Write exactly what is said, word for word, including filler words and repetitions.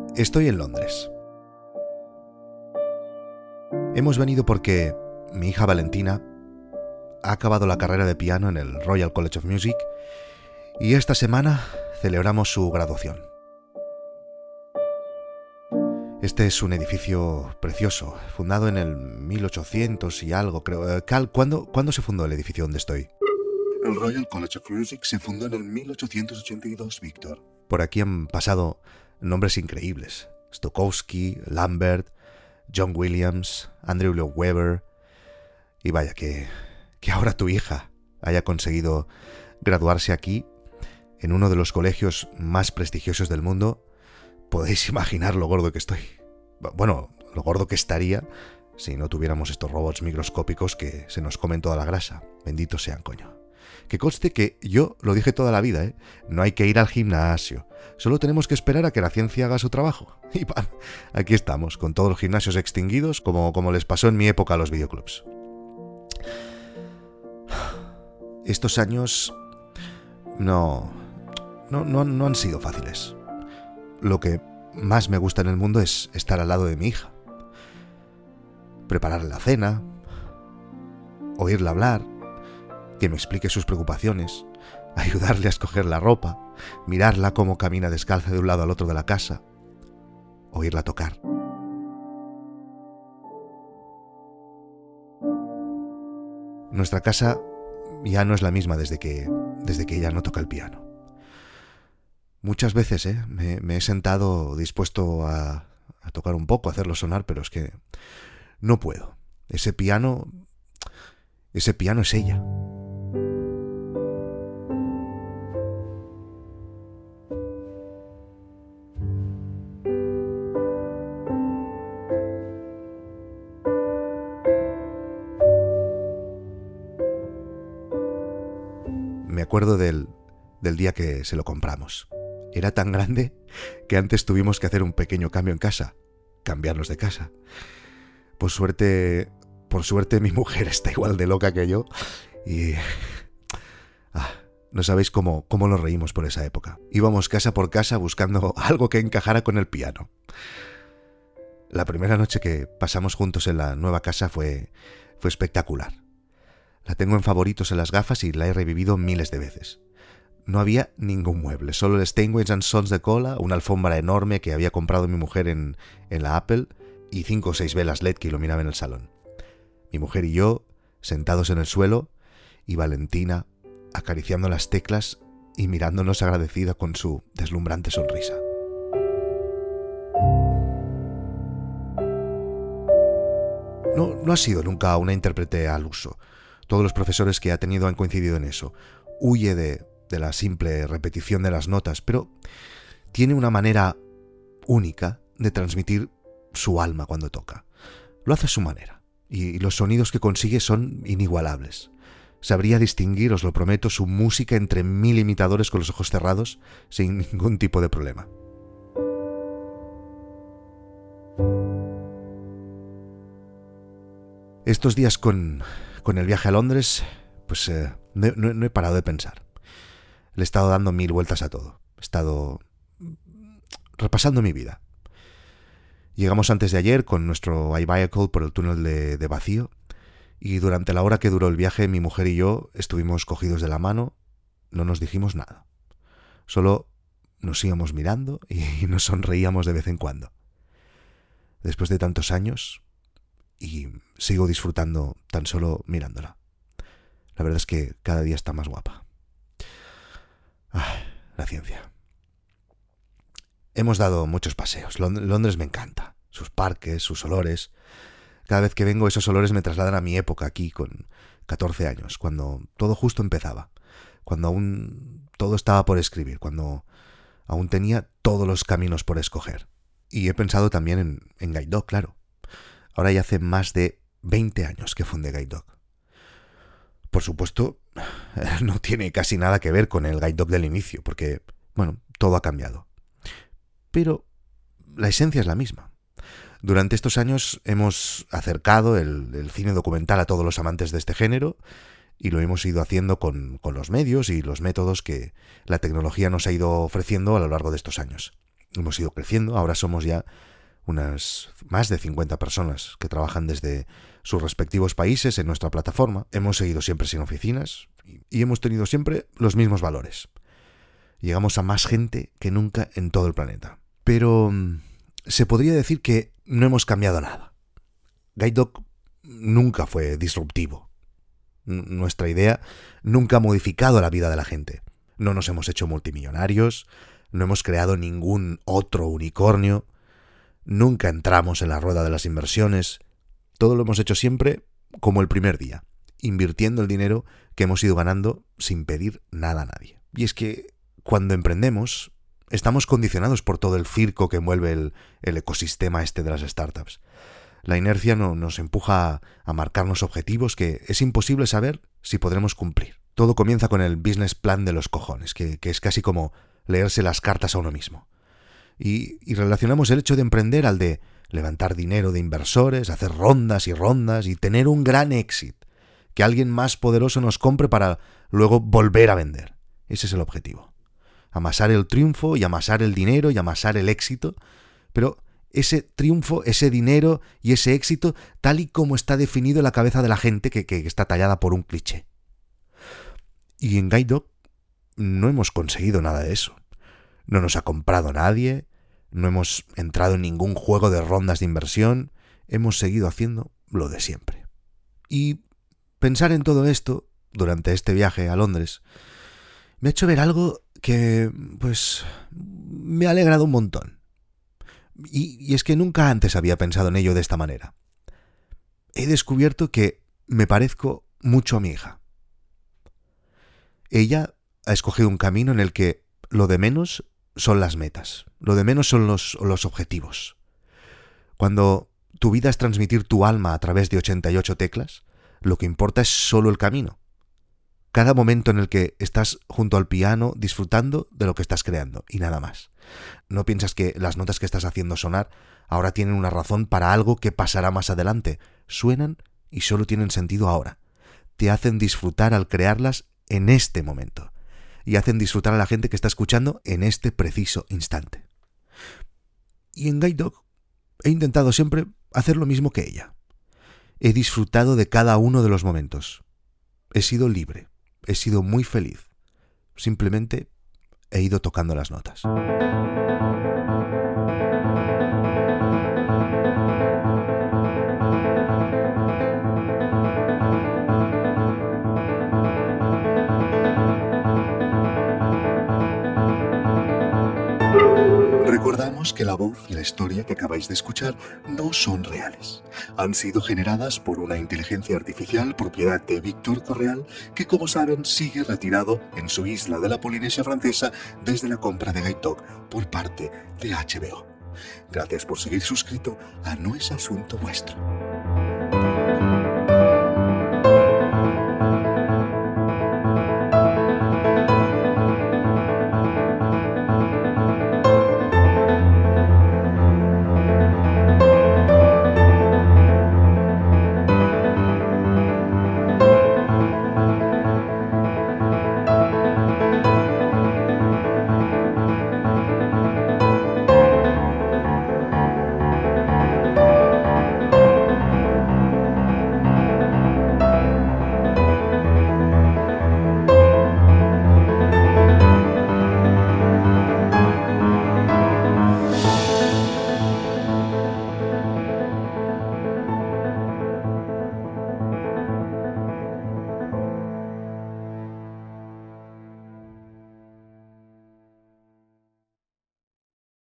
Estoy en Londres. Hemos venido porque mi hija Valentina ha acabado la carrera de piano en el Royal College of Music y esta semana celebramos su graduación. Este es un edificio precioso, fundado en el mil ochocientos y algo, creo. Cal, ¿cuándo, ¿cuándo se fundó el edificio donde estoy? El Royal College of Music se fundó en el mil ochocientos ochenta y dos, Víctor. Por aquí han pasado nombres increíbles. Stokowski, Lambert, John Williams, Andrew Lloyd Webber. Y vaya, que, que ahora tu hija haya conseguido graduarse aquí, en uno de los colegios más prestigiosos del mundo. Podéis imaginar lo gordo que estoy. Bueno, lo gordo que estaría si no tuviéramos estos robots microscópicos que se nos comen toda la grasa. Benditos sean, coño. Que conste que yo lo dije toda la vida, ¿eh? No hay que ir al gimnasio. Solo tenemos que esperar a que la ciencia haga su trabajo. Y ¡pam! Aquí estamos, con todos los gimnasios extinguidos, como, como les pasó en mi época a los videoclubs. Estos años no, no, no, no han sido fáciles. Lo que más me gusta en el mundo es estar al lado de mi hija. Prepararle la cena, oírla hablar, que me explique sus preocupaciones, ayudarle a escoger la ropa, mirarla cómo camina descalza de un lado al otro de la casa, oírla tocar. Nuestra casa ya no es la misma desde que, desde que ella no toca el piano. Muchas veces ¿eh? me, me he sentado dispuesto a, a tocar un poco, a hacerlo sonar, pero es que no puedo. Ese piano, ese piano es ella. Me acuerdo del, del día que se lo compramos. Era tan grande que antes tuvimos que hacer un pequeño cambio en casa, cambiarnos de casa. Por suerte, por suerte mi mujer está igual de loca que yo y ah, no sabéis cómo, cómo nos reímos por esa época. Íbamos casa por casa buscando algo que encajara con el piano. La primera noche que pasamos juntos en la nueva casa fue, fue espectacular. La tengo en favoritos en las gafas y la he revivido miles de veces. No había ningún mueble, solo el Steinway and Sons de cola, una alfombra enorme que había comprado mi mujer en, en la Apple y cinco o seis velas L E D que iluminaban el salón. Mi mujer y yo, sentados en el suelo, y Valentina acariciando las teclas y mirándonos agradecida con su deslumbrante sonrisa. No, no ha sido nunca una intérprete al uso. Todos los profesores que ha tenido han coincidido en eso. Huye de... de la simple repetición de las notas, pero tiene una manera única de transmitir su alma cuando toca. Lo hace a su manera, y los sonidos que consigue son inigualables. Sabría distinguir, os lo prometo, su música entre mil imitadores con los ojos cerrados, sin ningún tipo de problema. Estos días con, con el viaje a Londres, pues eh, no, no, no he parado de pensar. Le he estado dando mil vueltas a todo. He estado repasando mi vida. Llegamos antes de ayer con nuestro iVehicle por el túnel de, de vacío y durante la hora que duró el viaje mi mujer y yo estuvimos cogidos de la mano, no nos dijimos nada. Solo nos íbamos mirando y nos sonreíamos de vez en cuando. Después de tantos años, y sigo disfrutando tan solo mirándola. La verdad es que cada día está más guapa. Ah, la ciencia. Hemos dado muchos paseos. Lond- Londres me encanta. Sus parques, sus olores. Cada vez que vengo esos olores me trasladan a mi época aquí con catorce años, cuando todo justo empezaba. Cuando aún todo estaba por escribir. Cuando aún tenía todos los caminos por escoger. Y he pensado también en, en Guide Dog, claro. Ahora ya hace más de veinte años que fundé Guide Dog. Por supuesto, no tiene casi nada que ver con el Guide Dog del inicio, porque, bueno, todo ha cambiado. Pero la esencia es la misma. Durante estos años hemos acercado el, el cine documental a todos los amantes de este género y lo hemos ido haciendo con, con los medios y los métodos que la tecnología nos ha ido ofreciendo a lo largo de estos años. hemos ido creciendo, ahora somos ya unas más de cincuenta personas que trabajan desde sus respectivos países en nuestra plataforma. Hemos seguido siempre sin oficinas y hemos tenido siempre los mismos valores. Llegamos a más gente que nunca en todo el planeta. Pero se podría decir que no hemos cambiado nada. Guide Dog nunca fue disruptivo. Nuestra idea nunca ha modificado la vida de la gente. No nos hemos hecho multimillonarios, no hemos creado ningún otro unicornio, nunca entramos en la rueda de las inversiones. Todo lo hemos hecho siempre como el primer día, invirtiendo el dinero que hemos ido ganando sin pedir nada a nadie. Y es que cuando emprendemos, estamos condicionados por todo el circo que envuelve el, el ecosistema este de las startups. La inercia no, nos empuja a, a marcarnos objetivos que es imposible saber si podremos cumplir. Todo comienza con el business plan de los cojones, que, que es casi como leerse las cartas a uno mismo. Y, y relacionamos el hecho de emprender al de levantar dinero de inversores, hacer rondas y rondas y tener un gran éxito, que alguien más poderoso nos compre para luego volver a vender. Ese es el objetivo. Amasar el triunfo y amasar el dinero y amasar el éxito, pero ese triunfo, ese dinero y ese éxito tal y como está definido en la cabeza de la gente que, que está tallada por un cliché. Y en Guide Dog no hemos conseguido nada de eso. No nos ha comprado nadie, no hemos entrado en ningún juego de rondas de inversión, hemos seguido haciendo lo de siempre. Y pensar en todo esto durante este viaje a Londres me ha hecho ver algo que, pues, me ha alegrado un montón. Y, y es que nunca antes había pensado en ello de esta manera. He descubierto que me parezco mucho a mi hija. Ella ha escogido un camino en el que lo de menos son las metas, lo de menos son los, los objetivos. Cuando tu vida es transmitir tu alma a través de ochenta y ocho teclas, lo que importa es solo el camino. Cada momento en el que estás junto al piano disfrutando de lo que estás creando y nada más. No piensas que las notas que estás haciendo sonar ahora tienen una razón para algo que pasará más adelante. Suenan y solo tienen sentido ahora. Te hacen disfrutar al crearlas en este momento. Y hacen disfrutar a la gente que está escuchando en este preciso instante. Y en Guide Dog he intentado siempre hacer lo mismo que ella. He disfrutado de cada uno de los momentos. He sido libre. He sido muy feliz. Simplemente he ido tocando las notas. Recordamos que la voz y la historia que acabáis de escuchar no son reales. Han sido generadas por una inteligencia artificial propiedad de Víctor Correal, que, como saben, sigue retirado en su isla de la Polinesia Francesa desde la compra de Guide Dog por parte de H B O. Gracias por seguir suscrito a No es Asunto Vuestro.